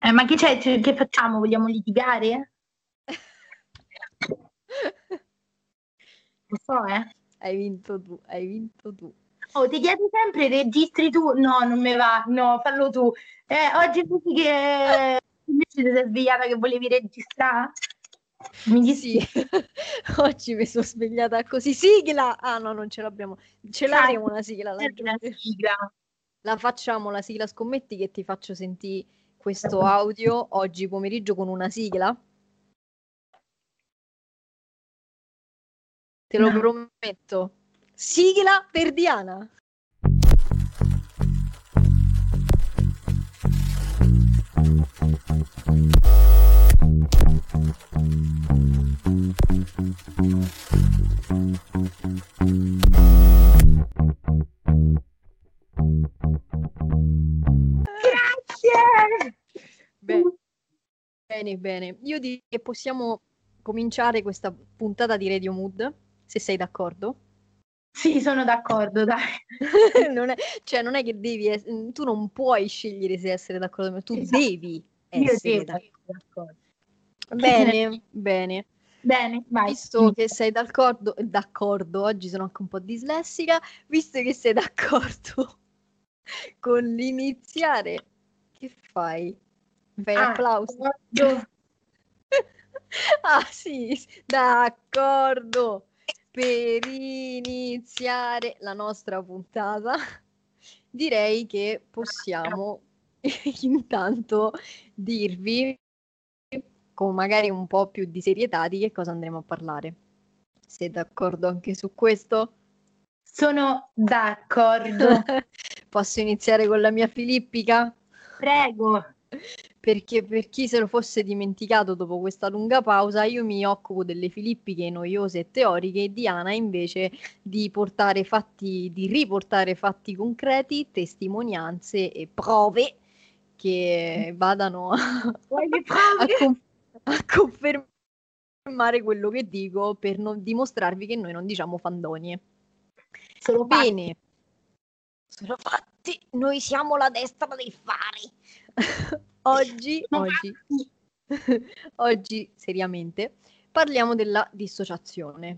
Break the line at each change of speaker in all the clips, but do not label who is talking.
Ma che c'è? Che facciamo? Vogliamo litigare? Lo so, eh.
Hai vinto tu, hai vinto tu.
Oh, ti chiedo sempre, registri tu? No, non me va. No, fallo tu. Oggi dici che invece ti sei svegliata che volevi registrare? Mi
Sì,
dispiace.
oggi mi sono svegliata così. Sigla! Ah no, non ce l'abbiamo. Ce
Sai,
l'avremo una sigla, la
la
aggiungeremo.
sigla.
La facciamo, la sigla, scommetti che ti faccio sentire questo audio oggi pomeriggio con una sigla? Te lo
No.
prometto. Sigla per Diana.
Grazie!
Bene, bene. Io direi che possiamo cominciare questa puntata di Radio Mood, se sei d'accordo.
Sì, sono d'accordo, dai.
Non è che tu non puoi scegliere se essere d'accordo, ma tu
Esatto.
devi
Io
essere
devo essere
d'accordo.
d'accordo. Chi se ne...
Bene, bene.
Bene, vai.
Visto che sei d'accordo, oggi sono anche un po' dislessica, visto che sei d'accordo con l'iniziare, che fai? Mi fai l'applauso?
D'accordo.
Ah sì, d'accordo. Per iniziare la nostra puntata, direi che possiamo intanto dirvi, con magari un po' più di serietà, di che cosa andremo a parlare. Sei d'accordo anche su questo?
Sono d'accordo.
Posso iniziare con la mia filippica?
Prego.
Perché per chi se lo fosse dimenticato dopo questa lunga pausa, io mi occupo delle filippiche noiose e teoriche e Diana invece di riportare fatti concreti, testimonianze e prove che vadano
Vuoi le
a,
prove?
con- a confermare quello che dico per non dimostrarvi che noi non diciamo fandonie.
Solo fatti.
Bene, sono fatti, noi siamo la destra dei fari. Oggi,
Sono
oggi,
fatti.
oggi, seriamente, parliamo della dissociazione.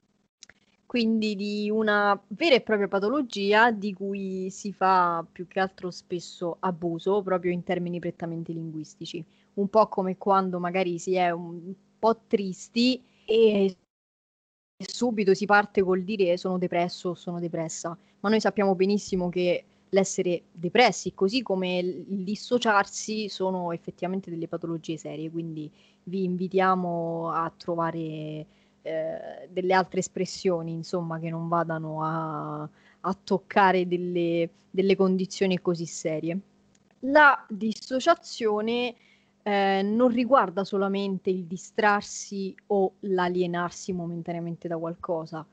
Quindi di una vera e propria patologia di cui si fa più che altro spesso abuso, proprio in termini prettamente linguistici. Un po' come quando magari si è un po' tristi e subito si parte col dire sono depresso o sono depressa, ma noi sappiamo benissimo che l'essere depressi, così come il dissociarsi, sono effettivamente delle patologie serie, quindi vi invitiamo a trovare delle altre espressioni, insomma, che non vadano a toccare delle condizioni così serie. La dissociazione non riguarda solamente il distrarsi o l'alienarsi momentaneamente da qualcosa,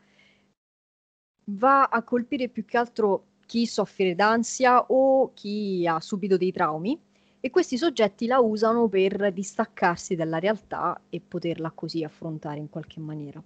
va a colpire più che altro chi soffre d'ansia o chi ha subito dei traumi e questi soggetti la usano per distaccarsi dalla realtà e poterla così affrontare in qualche maniera.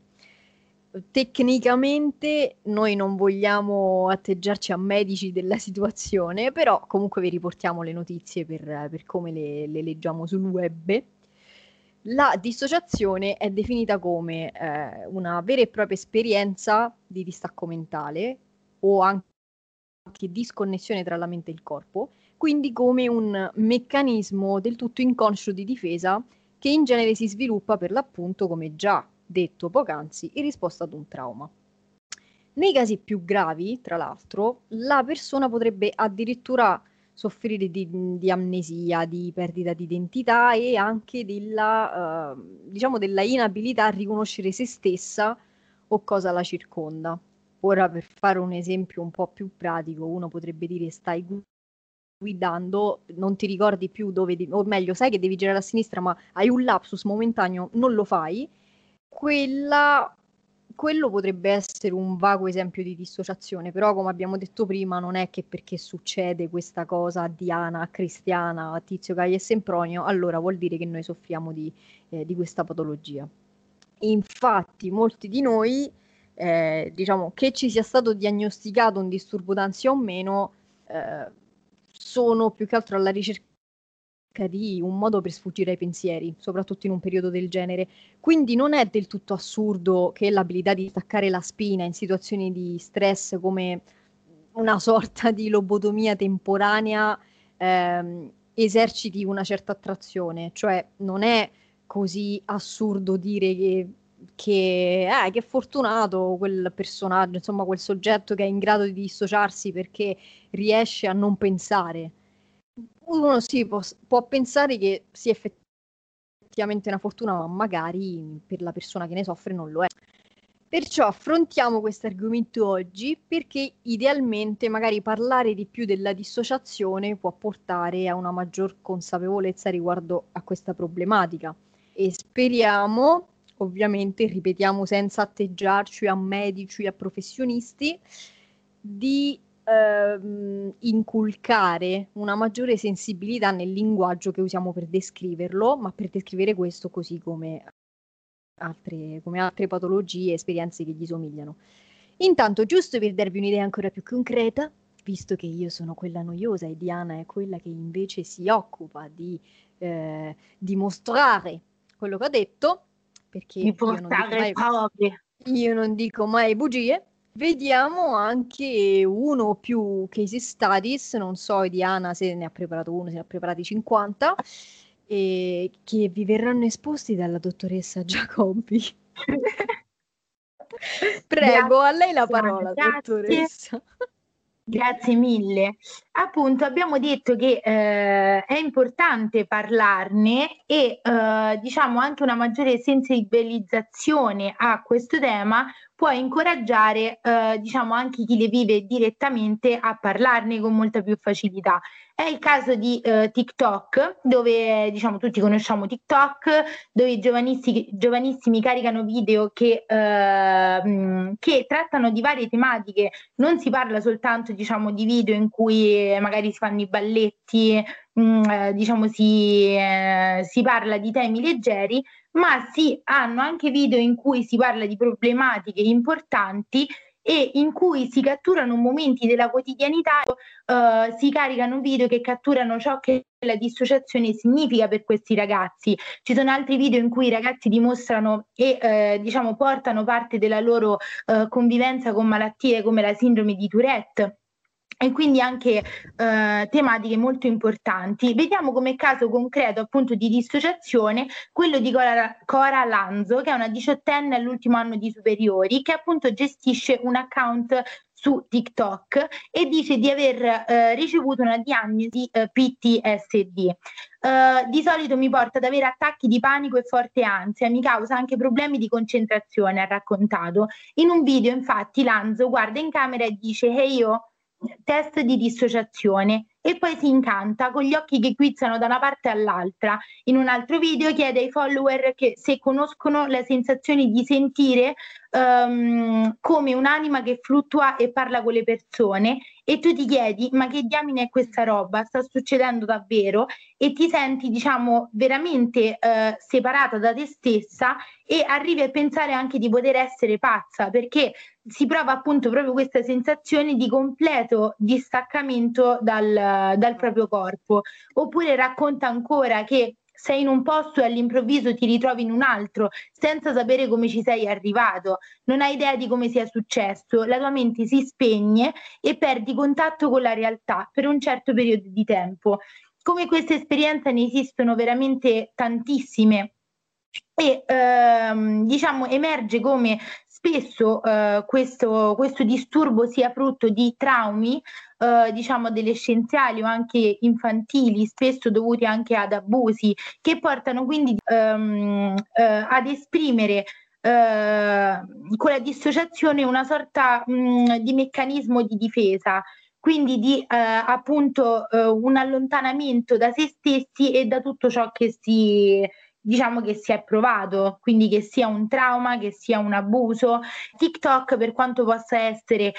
Tecnicamente noi non vogliamo atteggiarci a medici della situazione, però comunque vi riportiamo le notizie per come le leggiamo sul web. La dissociazione è definita come una vera e propria esperienza di distacco mentale o anche disconnessione tra la mente e il corpo, quindi come un meccanismo del tutto inconscio di difesa che in genere si sviluppa per l'appunto, come già detto poc'anzi, in risposta ad un trauma. Nei casi più gravi, tra l'altro, la persona potrebbe addirittura soffrire di amnesia, di perdita di identità e anche diciamo della inabilità a riconoscere se stessa o cosa la circonda. Ora, per fare un esempio un po' più pratico, uno potrebbe dire stai guidando, non ti ricordi più o meglio, sai che devi girare a sinistra, ma hai un lapsus momentaneo, non lo fai. Quella Quello potrebbe essere un vago esempio di dissociazione, però come abbiamo detto prima non è che perché succede questa cosa a Diana, a Cristiana, a Tizio, Caio e Sempronio, allora vuol dire che noi soffriamo di questa patologia. Infatti molti di noi, diciamo che ci sia stato diagnosticato un disturbo d'ansia o meno, sono più che altro alla ricerca di un modo per sfuggire ai pensieri, soprattutto in un periodo del genere. Quindi non è del tutto assurdo che l'abilità di staccare la spina in situazioni di stress come una sorta di lobotomia temporanea eserciti una certa attrazione, cioè non è così assurdo dire che fortunato quel personaggio, insomma quel soggetto che è in grado di dissociarsi perché riesce a non pensare. Uno sì, può pensare che sia effettivamente una fortuna, ma magari per la persona che ne soffre non lo è. Perciò affrontiamo questo argomento oggi perché idealmente magari parlare di più della dissociazione può portare a una maggior consapevolezza riguardo a questa problematica e speriamo, ovviamente, ripetiamo senza atteggiarci a medici, a professionisti, di inculcare una maggiore sensibilità nel linguaggio che usiamo per descriverlo, ma per descrivere questo così come altre patologie e esperienze che gli somigliano. Intanto, giusto per darvi un'idea ancora più concreta, visto che io sono quella noiosa e Diana è quella che invece si occupa di dimostrare quello che ho detto, perché
di portare proprio.
io non dico mai bugie, vediamo anche uno o più case studies, non so Diana se ne ha preparato uno, se ne ha preparati 50, che vi verranno esposti dalla dottoressa Giacobbi. Prego, a lei la parola, dottoressa.
Grazie mille. Appunto, abbiamo detto che è importante parlarne e diciamo anche una maggiore sensibilizzazione a questo tema può incoraggiare diciamo anche chi le vive direttamente a parlarne con molta più facilità. È il caso di TikTok, dove diciamo tutti conosciamo TikTok, dove i giovanissimi caricano video che trattano di varie tematiche. Non si parla soltanto diciamo di video in cui magari si fanno i balletti, diciamo si parla di temi leggeri, ma si hanno anche video in cui si parla di problematiche importanti e in cui si catturano momenti della quotidianità, si caricano video che catturano ciò che la dissociazione significa per questi ragazzi. Ci sono altri video in cui i ragazzi dimostrano e diciamo portano parte della loro convivenza con malattie come la sindrome di Tourette. E quindi anche tematiche molto importanti. Vediamo come caso concreto appunto di dissociazione quello di Cora Lanzo, che è una 18enne all'ultimo anno di superiori, che appunto gestisce un account su TikTok e dice di aver ricevuto una diagnosi PTSD. Di solito mi porta ad avere attacchi di panico e forte ansia, mi causa anche problemi di concentrazione, ha raccontato. In un video infatti Lanzo guarda in camera e dice "Hey io, test di dissociazione", e poi si incanta con gli occhi che guizzano da una parte all'altra. In un altro video chiede ai follower che se conoscono la sensazione di sentire come un'anima che fluttua e parla con le persone, e tu ti chiedi ma che diamine è questa roba, sta succedendo davvero, e ti senti diciamo veramente separata da te stessa e arrivi a pensare anche di poter essere pazza, perché si prova appunto proprio questa sensazione di completo distaccamento dal proprio corpo. Oppure racconta ancora che sei in un posto e all'improvviso ti ritrovi in un altro senza sapere come ci sei arrivato, non hai idea di come sia successo, la tua mente si spegne e perdi contatto con la realtà per un certo periodo di tempo. Come questa esperienza ne esistono veramente tantissime e diciamo emerge come spesso questo disturbo sia frutto di traumi diciamo adolescenziali o anche infantili, spesso dovuti anche ad abusi, che portano quindi ad esprimere con la dissociazione una sorta di meccanismo di difesa, quindi di appunto un allontanamento da se stessi e da tutto ciò che diciamo che si è provato, quindi che sia un trauma, che sia un abuso. TikTok, per quanto possa essere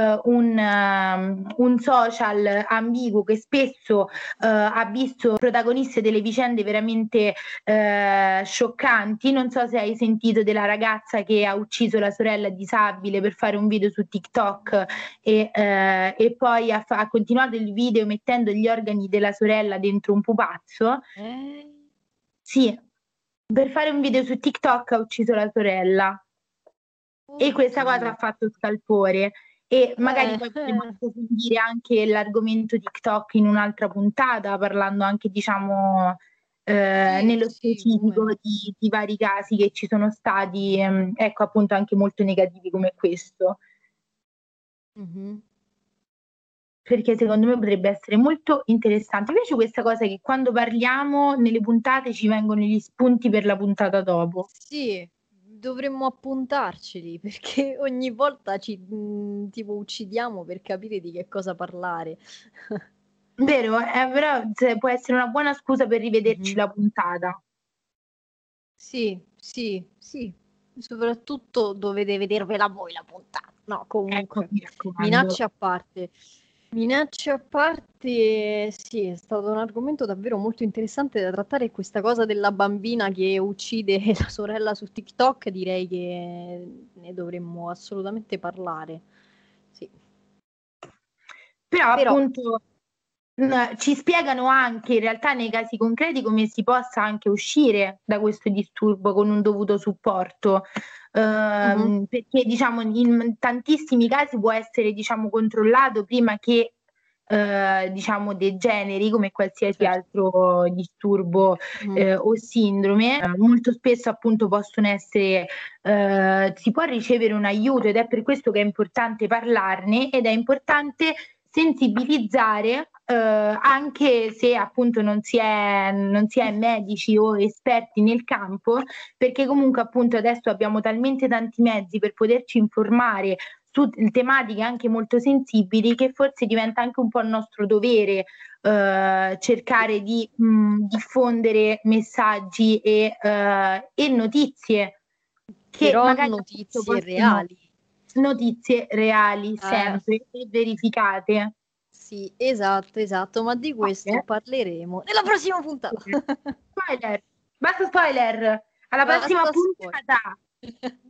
un social ambiguo che spesso ha visto protagoniste delle vicende veramente scioccanti. Non so se hai sentito della ragazza che ha ucciso la sorella disabile per fare un video su TikTok e poi ha continuato il video mettendo gli organi della sorella dentro un pupazzo. Sì, per fare un video su TikTok ha ucciso la sorella. E questa cosa ha fatto scalpore. E magari poi potremmo approfondire anche l'argomento TikTok in un'altra puntata, parlando anche, diciamo, nello specifico di vari casi che ci sono stati, ecco, appunto, anche molto negativi come questo.
Mm-hmm.
Perché secondo me potrebbe essere molto interessante. Invece questa cosa che quando parliamo nelle puntate ci vengono gli spunti per la puntata dopo.
Sì, dovremmo appuntarceli perché ogni volta ci tipo uccidiamo per capire di che cosa parlare.
Vero, però può essere una buona scusa per rivederci la puntata.
Sì, sì, sì. Soprattutto dovete vedervela voi la puntata. No, comunque, minacce a parte. Minacce a parte, sì, è stato un argomento davvero molto interessante da trattare. Questa cosa della bambina che uccide la sorella su TikTok, direi che ne dovremmo assolutamente parlare. Sì.
Però appunto ci spiegano anche in realtà nei casi concreti come si possa anche uscire da questo disturbo con un dovuto supporto. Perché diciamo in tantissimi casi può essere, diciamo, controllato prima che diciamo degeneri come qualsiasi altro disturbo o sindrome. Molto spesso appunto possono essere si può ricevere un aiuto, ed è per questo che è importante parlarne ed è importante sensibilizzare anche se appunto non si è medici o esperti nel campo, perché comunque appunto adesso abbiamo talmente tanti mezzi per poterci informare su tematiche anche molto sensibili, che forse diventa anche un po' il nostro dovere cercare di diffondere messaggi e notizie che
però
magari
notizie reali.
Notizie reali sempre e verificate.
Sì, esatto, ma di questo parleremo nella prossima puntata.
Spoiler, basta spoiler, alla prossima puntata.